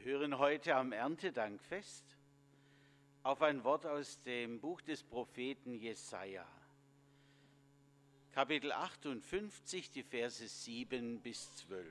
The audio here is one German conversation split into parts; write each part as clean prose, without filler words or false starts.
hören heute am Erntedankfest auf ein Wort aus dem Buch des Propheten Jesaja, Kapitel 58, die Verse 7 bis 12.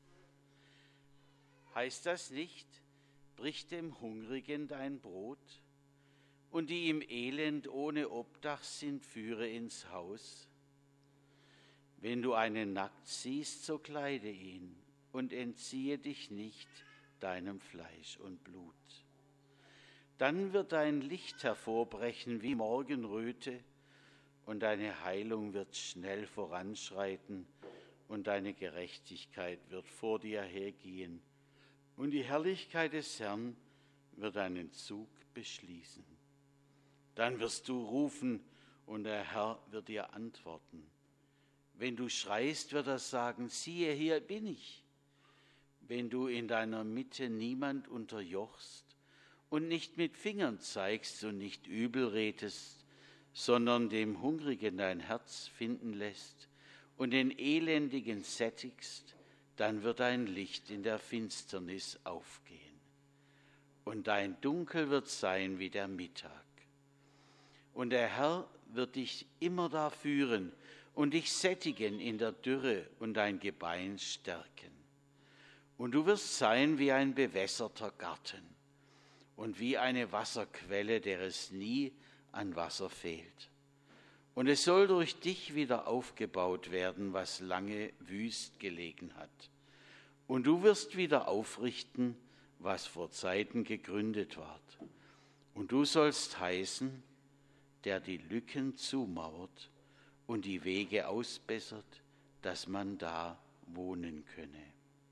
Heißt das nicht, brich dem Hungrigen dein Brot und die im Elend ohne Obdach sind, führe ins Haus? Wenn du einen nackt siehst, so kleide ihn und entziehe dich nicht deinem Fleisch und Blut. Dann wird dein Licht hervorbrechen wie Morgenröte und deine Heilung wird schnell voranschreiten und deine Gerechtigkeit wird vor dir hergehen und die Herrlichkeit des Herrn wird deinen Zug beschließen. Dann wirst du rufen und der Herr wird dir antworten. Wenn du schreist, wird er sagen, siehe, hier bin ich. Wenn du in deiner Mitte niemand unterjochst und nicht mit Fingern zeigst und nicht übel redest, sondern dem Hungrigen dein Herz finden lässt und den Elendigen sättigst, dann wird dein Licht in der Finsternis aufgehen. Und dein Dunkel wird sein wie der Mittag. Und der Herr wird dich immerdar führen und dich sättigen in der Dürre und dein Gebein stärken. Und du wirst sein wie ein bewässerter Garten und wie eine Wasserquelle, der es nie an Wasser fehlt. Und es soll durch dich wieder aufgebaut werden, was lange wüst gelegen hat. Und du wirst wieder aufrichten, was vor Zeiten gegründet ward. Und du sollst heißen, der die Lücken zumauert und die Wege ausbessert, dass man da wohnen könne.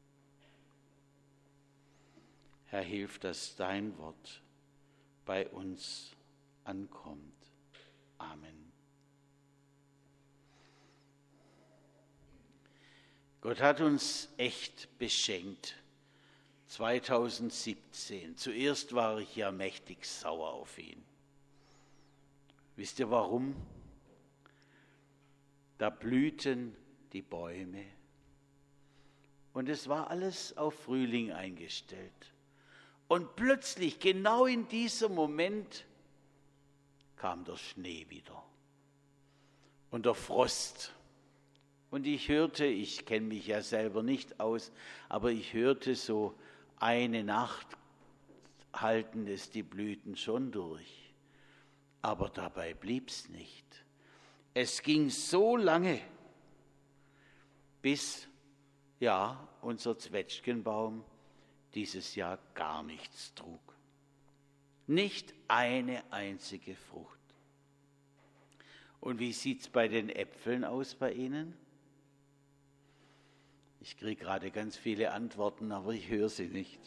Herr, hilf, dass dein Wort bei uns ankommt. Amen. Gott hat uns echt beschenkt. 2017. Zuerst war ich ja mächtig sauer auf ihn. Wisst ihr warum? Da blühten die Bäume und es war alles auf Frühling eingestellt. Und plötzlich, genau in diesem Moment, kam der Schnee wieder und der Frost. Und ich hörte, ich kenne mich ja selber nicht aus, aber ich hörte so, eine Nacht halten es die Blüten schon durch. Aber dabei blieb's nicht. Es ging so lange, bis, ja, unser Zwetschgenbaum dieses Jahr gar nichts trug. Nicht eine einzige Frucht. Und wie sieht's bei den Äpfeln aus bei Ihnen? Ich kriege gerade ganz viele Antworten, aber ich höre sie nicht.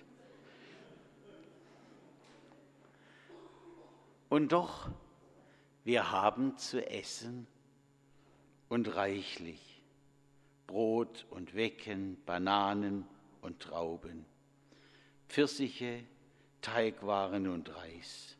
Und doch, wir haben zu essen und reichlich. Brot und Wecken, Bananen und Trauben, Pfirsiche, Teigwaren und Reis.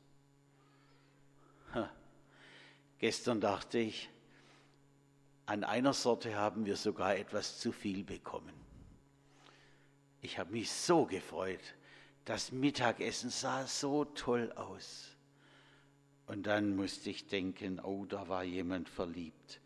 Gestern dachte ich, an einer Sorte haben wir sogar etwas zu viel bekommen. Ich habe mich so gefreut. Das Mittagessen sah so toll aus. Und dann musste ich denken, oh, da war jemand verliebt.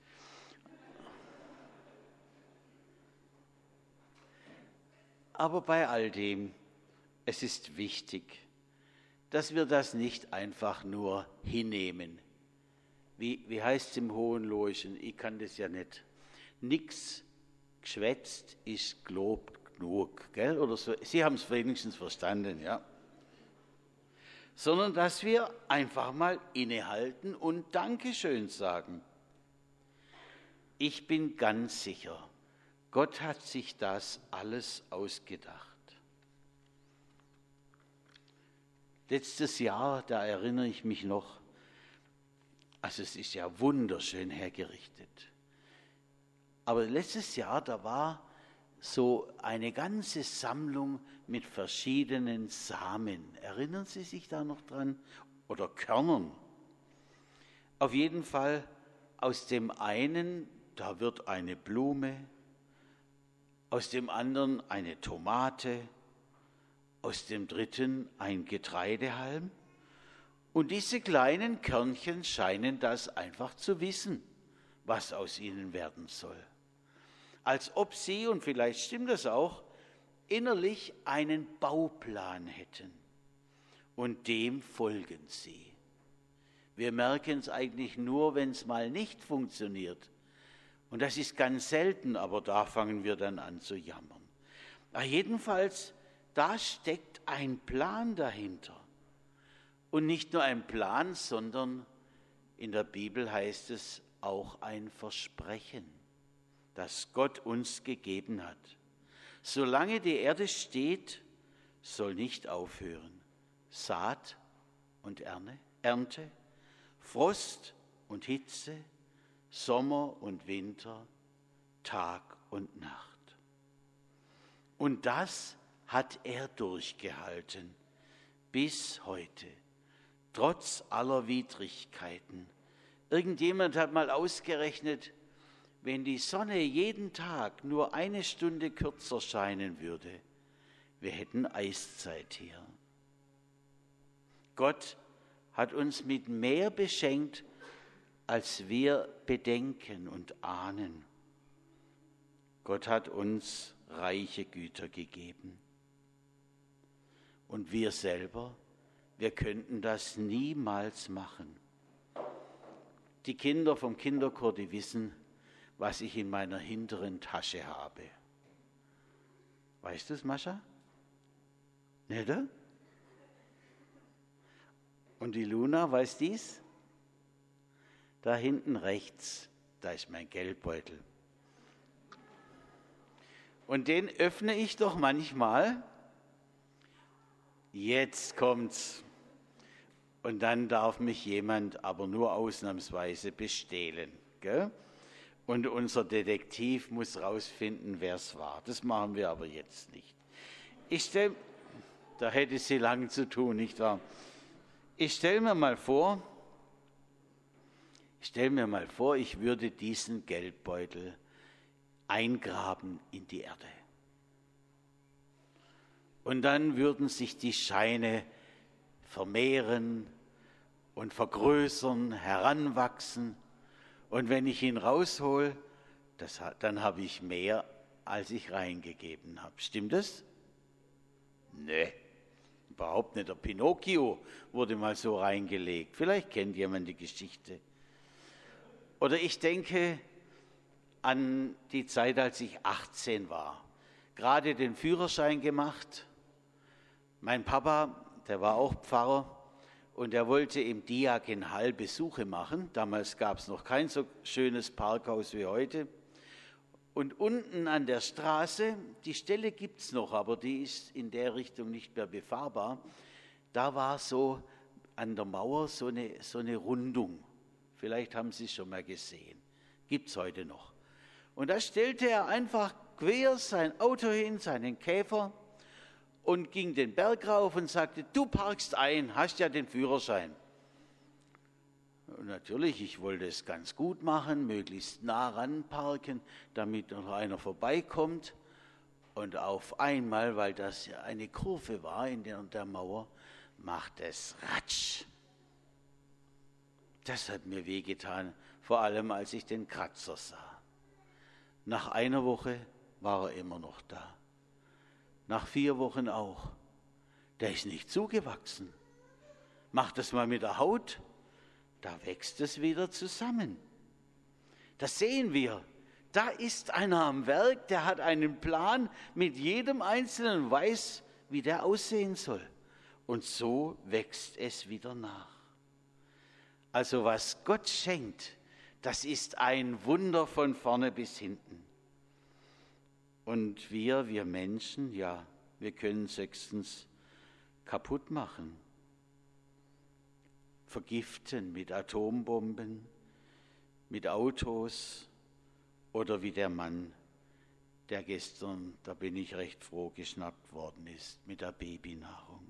Aber bei all dem, es ist wichtig, dass wir das nicht einfach nur hinnehmen. Wie heißt es im Hohenlohischen? Ich kann das ja nicht. Nix geschwätzt ist gelobt genug, gell? Oder so. Sie haben es wenigstens verstanden, ja. Sondern dass wir einfach mal innehalten und Dankeschön sagen. Ich bin ganz sicher, Gott hat sich das alles ausgedacht. Letztes Jahr, da erinnere ich mich noch, also es ist ja wunderschön hergerichtet. Aber letztes Jahr, da war so eine ganze Sammlung mit verschiedenen Samen. Erinnern Sie sich da noch dran? Oder Körnern. Auf jeden Fall aus dem einen, da wird eine Blume, aus dem anderen eine Tomate, aus dem dritten ein Getreidehalm. Und diese kleinen Körnchen scheinen das einfach zu wissen, was aus ihnen werden soll. Als ob sie, und vielleicht stimmt das auch, innerlich einen Bauplan hätten. Und dem folgen sie. Wir merken es eigentlich nur, wenn es mal nicht funktioniert. Und das ist ganz selten, aber da fangen wir dann an zu jammern. Jedenfalls, da steckt ein Plan dahinter. Und nicht nur ein Plan, sondern in der Bibel heißt es auch ein Versprechen, das Gott uns gegeben hat. Solange die Erde steht, soll nicht aufhören. Saat und Ernte, Frost und Hitze, Sommer und Winter, Tag und Nacht. Und das hat er durchgehalten bis heute. Trotz aller Widrigkeiten. Irgendjemand hat mal ausgerechnet, wenn die Sonne jeden Tag nur 1 Stunde kürzer scheinen würde, wir hätten Eiszeit hier. Gott hat uns mit mehr beschenkt, als wir bedenken und ahnen. Gott hat uns reiche Güter gegeben. Und wir selber, wir könnten das niemals machen. Die Kinder vom Kinderchor, die wissen, was ich in meiner hinteren Tasche habe. Weißt du es, Mascha? Nicht? Und die Luna, weiß dies? Da hinten rechts, da ist mein Geldbeutel. Und den öffne ich doch manchmal. Jetzt kommt's. Und dann darf mich jemand aber nur ausnahmsweise bestehlen. Gell? Und unser Detektiv muss rausfinden, wer es war. Das machen wir aber jetzt nicht. Da hätte sie lang zu tun, nicht wahr? Ich stelle mir mal vor, ich würde diesen Geldbeutel eingraben in die Erde. Und dann würden sich die Scheine vermehren und vergrößern, heranwachsen. Und wenn ich ihn raushol, dann habe ich mehr, als ich reingegeben habe. Stimmt das? Nee, überhaupt nicht. Der Pinocchio wurde mal so reingelegt. Vielleicht kennt jemand die Geschichte. Oder ich denke an die Zeit, als ich 18 war. Gerade den Führerschein gemacht. Mein Papa, der war auch Pfarrer und er wollte im Diak in Hall Besuche machen. Damals gab es noch kein so schönes Parkhaus wie heute. Und unten an der Straße, die Stelle gibt es noch, aber die ist in der Richtung nicht mehr befahrbar, da war so an der Mauer so eine Rundung. Vielleicht haben Sie es schon mal gesehen. Gibt es heute noch. Und da stellte er einfach quer sein Auto hin, seinen Käfer, und ging den Berg rauf und sagte, du parkst ein, hast ja den Führerschein. Und natürlich, ich wollte es ganz gut machen, möglichst nah ran parken, damit noch einer vorbeikommt. Und auf einmal, weil das ja eine Kurve war in der Mauer, macht es Ratsch. Das hat mir wehgetan, vor allem als ich den Kratzer sah. Nach einer Woche war er immer noch da. Nach 4 Wochen auch. Der ist nicht zugewachsen. Mach das mal mit der Haut, da wächst es wieder zusammen. Das sehen wir. Da ist einer am Werk, der hat einen Plan mit jedem Einzelnen, weiß, wie der aussehen soll. Und so wächst es wieder nach. Also was Gott schenkt, das ist ein Wunder von vorne bis hinten. Und wir Menschen, ja, wir können es höchstens kaputt machen. Vergiften mit Atombomben, mit Autos oder wie der Mann, der gestern, da bin ich recht froh, geschnappt worden ist mit der Babynahrung.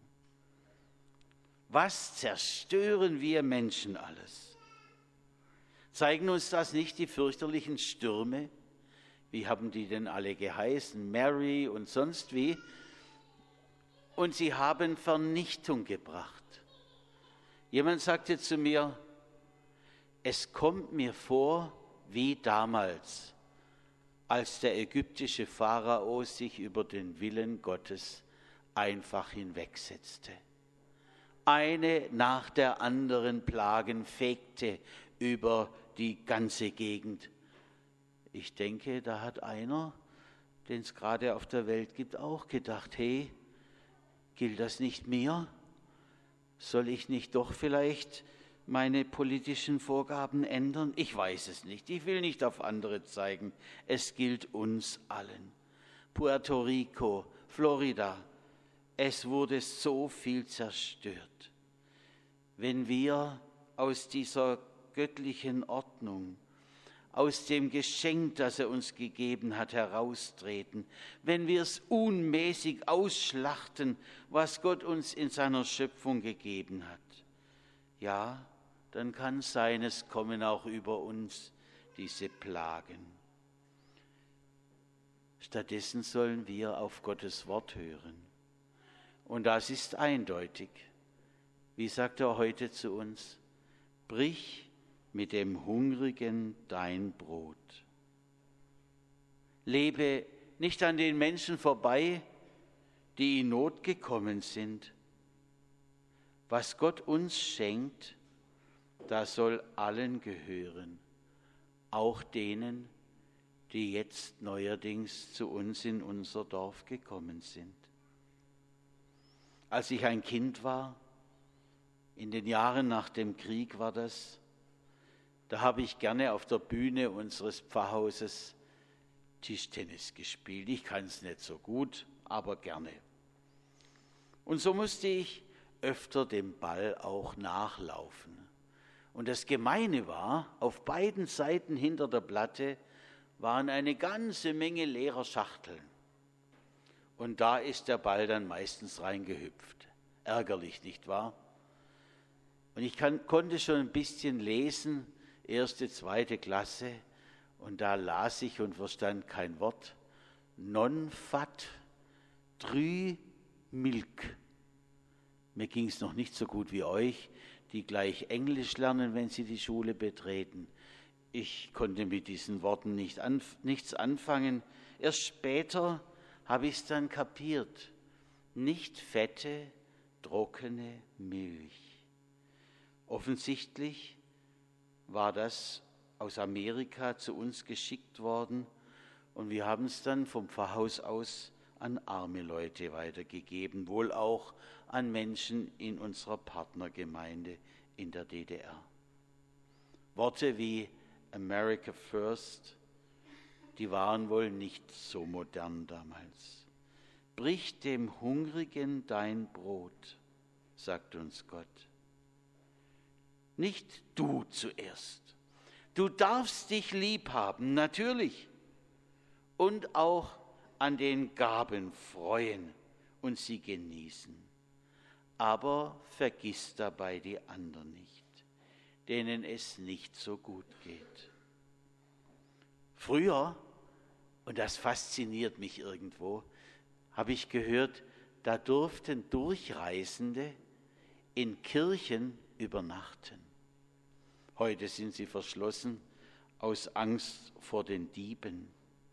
Was zerstören wir Menschen alles? Zeigen uns das nicht die fürchterlichen Stürme? Wie haben die denn alle geheißen? Mary und sonst wie? und sie haben Vernichtung gebracht. Jemand sagte zu mir, es kommt mir vor wie damals, als der ägyptische Pharao sich über den Willen Gottes einfach hinwegsetzte. Eine nach der anderen Plagen fegte über die ganze Gegend. Ich denke, da hat einer, den es gerade auf der Welt gibt, auch gedacht, hey, gilt das nicht mir? Soll ich nicht doch vielleicht meine politischen Vorgaben ändern? Ich weiß es nicht. Ich will nicht auf andere zeigen. Es gilt uns allen. Puerto Rico, Florida, es wurde so viel zerstört. Wenn wir aus dieser göttlichen Ordnung, aus dem Geschenk, das er uns gegeben hat, heraustreten, wenn wir es unmäßig ausschlachten, was Gott uns in seiner Schöpfung gegeben hat, ja, dann kann sein, es kommen auch über uns diese Plagen. Stattdessen sollen wir auf Gottes Wort hören. Und das ist eindeutig. Wie sagt er heute zu uns? Brich mit dem Hungrigen dein Brot. Lebe nicht an den Menschen vorbei, die in Not gekommen sind. Was Gott uns schenkt, das soll allen gehören, auch denen, die jetzt neuerdings zu uns in unser Dorf gekommen sind. Als ich ein Kind war, in den Jahren nach dem Krieg war das, da habe ich gerne auf der Bühne unseres Pfarrhauses Tischtennis gespielt. Ich kann es nicht so gut, aber gerne. Und so musste ich öfter dem Ball auch nachlaufen. Und das Gemeine war, auf beiden Seiten hinter der Platte waren eine ganze Menge leerer Schachteln. Und da ist der Ball dann meistens reingehüpft. Ärgerlich, nicht wahr? Und ich konnte schon ein bisschen lesen, 1., 2. Klasse, und da las ich und verstand kein Wort. Non fat drü milk. Mir ging es noch nicht so gut wie euch, die gleich Englisch lernen, wenn sie die Schule betreten. Ich konnte mit diesen Worten nichts anfangen. Erst später habe ich es dann kapiert. Nicht fette, trockene Milch. Offensichtlich war das aus Amerika zu uns geschickt worden und wir haben es dann vom Pfarrhaus aus an arme Leute weitergegeben, wohl auch an Menschen in unserer Partnergemeinde in der DDR. Worte wie America First, die waren wohl nicht so modern damals. Brich dem Hungrigen dein Brot, sagt uns Gott. Nicht du zuerst. Du darfst dich lieb haben, natürlich. Und auch an den Gaben freuen und sie genießen. Aber vergiss dabei die anderen nicht, denen es nicht so gut geht. Früher, und das fasziniert mich irgendwo, habe ich gehört, da durften Durchreisende in Kirchen übernachten. Heute sind sie verschlossen aus Angst vor den Dieben.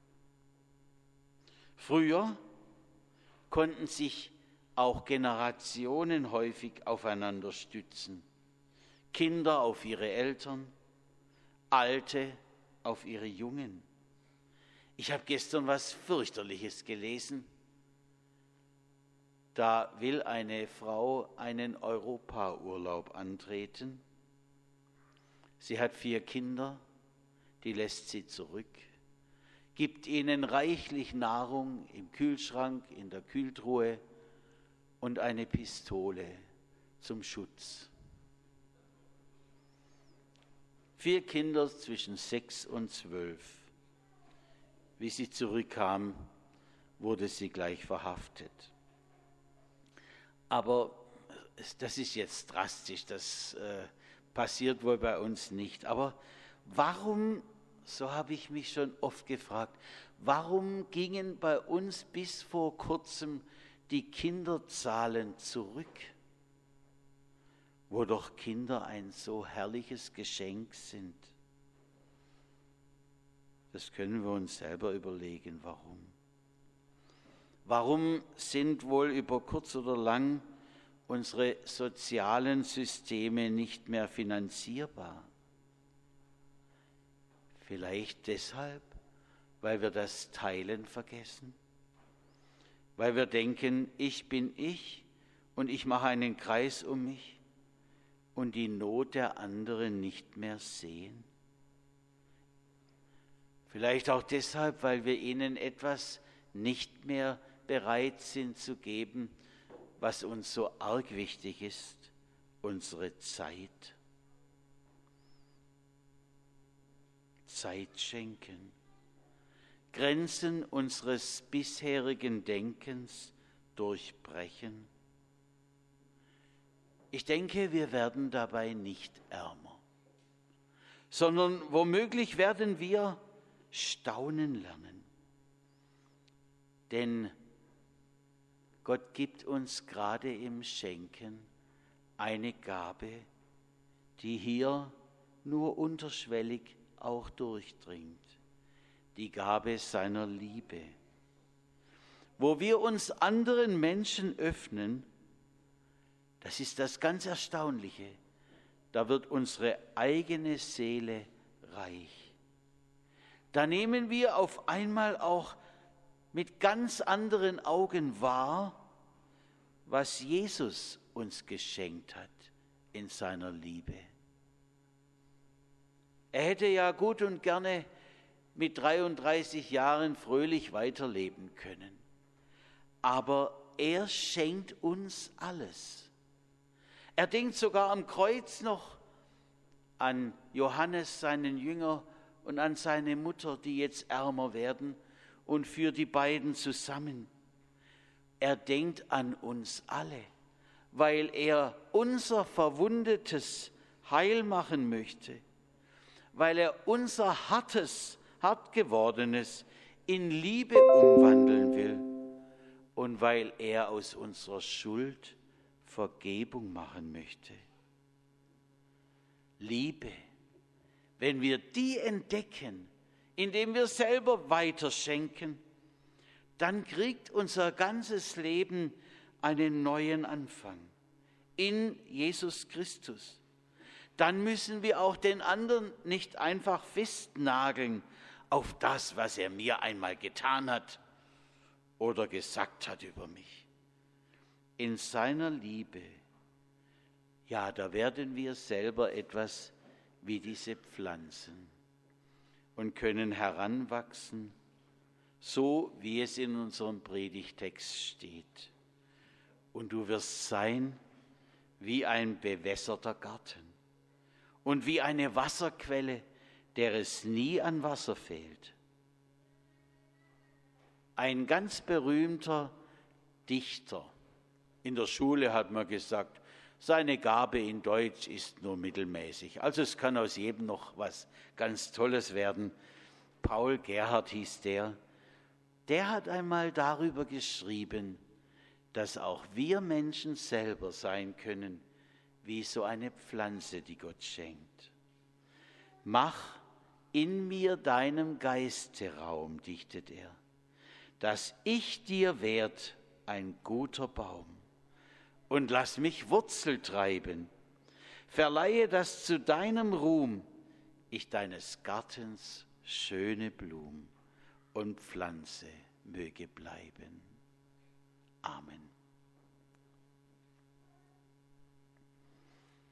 Früher konnten sich auch Generationen häufig aufeinander stützen. Kinder auf ihre Eltern, Alte auf ihre Jungen. Ich habe gestern was fürchterliches gelesen. Da will eine Frau einen Europaurlaub antreten. Sie hat 4 Kinder, die lässt sie zurück, gibt ihnen reichlich Nahrung im Kühlschrank, in der Kühltruhe und eine Pistole zum Schutz. 4 Kinder zwischen 6 und 12. Wie sie zurückkam, wurde sie gleich verhaftet. Aber das ist jetzt drastisch, das passiert wohl bei uns nicht. Aber warum, so habe ich mich schon oft gefragt, warum gingen bei uns bis vor kurzem die Kinderzahlen zurück, wo doch Kinder ein so herrliches Geschenk sind. Das können wir uns selber überlegen, warum. Warum sind wohl über kurz oder lang unsere sozialen Systeme nicht mehr finanzierbar? Vielleicht deshalb, weil wir das Teilen vergessen, weil wir denken, ich bin ich und ich mache einen Kreis um mich und die Not der anderen nicht mehr sehen. Vielleicht auch deshalb, weil wir ihnen etwas nicht mehr bereit sind zu geben, was uns so arg wichtig ist, unsere Zeit. Zeit schenken, Grenzen unseres bisherigen Denkens durchbrechen. Ich denke, wir werden dabei nicht ärmer, sondern womöglich werden wir staunen lernen. Denn Gott gibt uns gerade im Schenken eine Gabe, die hier nur unterschwellig auch durchdringt. Die Gabe seiner Liebe. Wo wir uns anderen Menschen öffnen, das ist das ganz Erstaunliche, da wird unsere eigene Seele reich. Da nehmen wir auf einmal auch mit ganz anderen Augen wahr, was Jesus uns geschenkt hat in seiner Liebe. Er hätte ja gut und gerne mit 33 Jahren fröhlich weiterleben können. Aber er schenkt uns alles. Er denkt sogar am Kreuz noch an Johannes, seinen Jünger, und an seine Mutter, die jetzt ärmer werden, und für die beiden zusammen. Er denkt an uns alle, weil er unser Verwundetes heil machen möchte, weil er unser hart gewordenes in Liebe umwandeln will und weil er aus unserer Schuld Vergebung machen möchte. Liebe, wenn wir die entdecken, indem wir selber weiterschenken, dann kriegt unser ganzes Leben einen neuen Anfang in Jesus Christus. Dann müssen wir auch den anderen nicht einfach festnageln auf das, was er mir einmal getan hat oder gesagt hat über mich. In seiner Liebe, ja, da werden wir selber etwas wie diese Pflanzen und können heranwachsen, so wie es in unserem Predigtext steht. Und du wirst sein wie ein bewässerter Garten und wie eine Wasserquelle, der es nie an Wasser fehlt. Ein ganz berühmter Dichter, in der Schule hat man gesagt, seine Gabe in Deutsch ist nur mittelmäßig. Also es kann aus jedem noch was ganz Tolles werden. Paul Gerhardt hieß der. Der hat einmal darüber geschrieben, dass auch wir Menschen selber sein können, wie so eine Pflanze, die Gott schenkt. Mach in mir deinem Geiste Raum, dichtet er, dass ich dir werd ein guter Baum. Und lass mich Wurzel treiben. Verleihe, dass zu deinem Ruhm ich deines Gartens schöne Blum und Pflanze möge bleiben. Amen.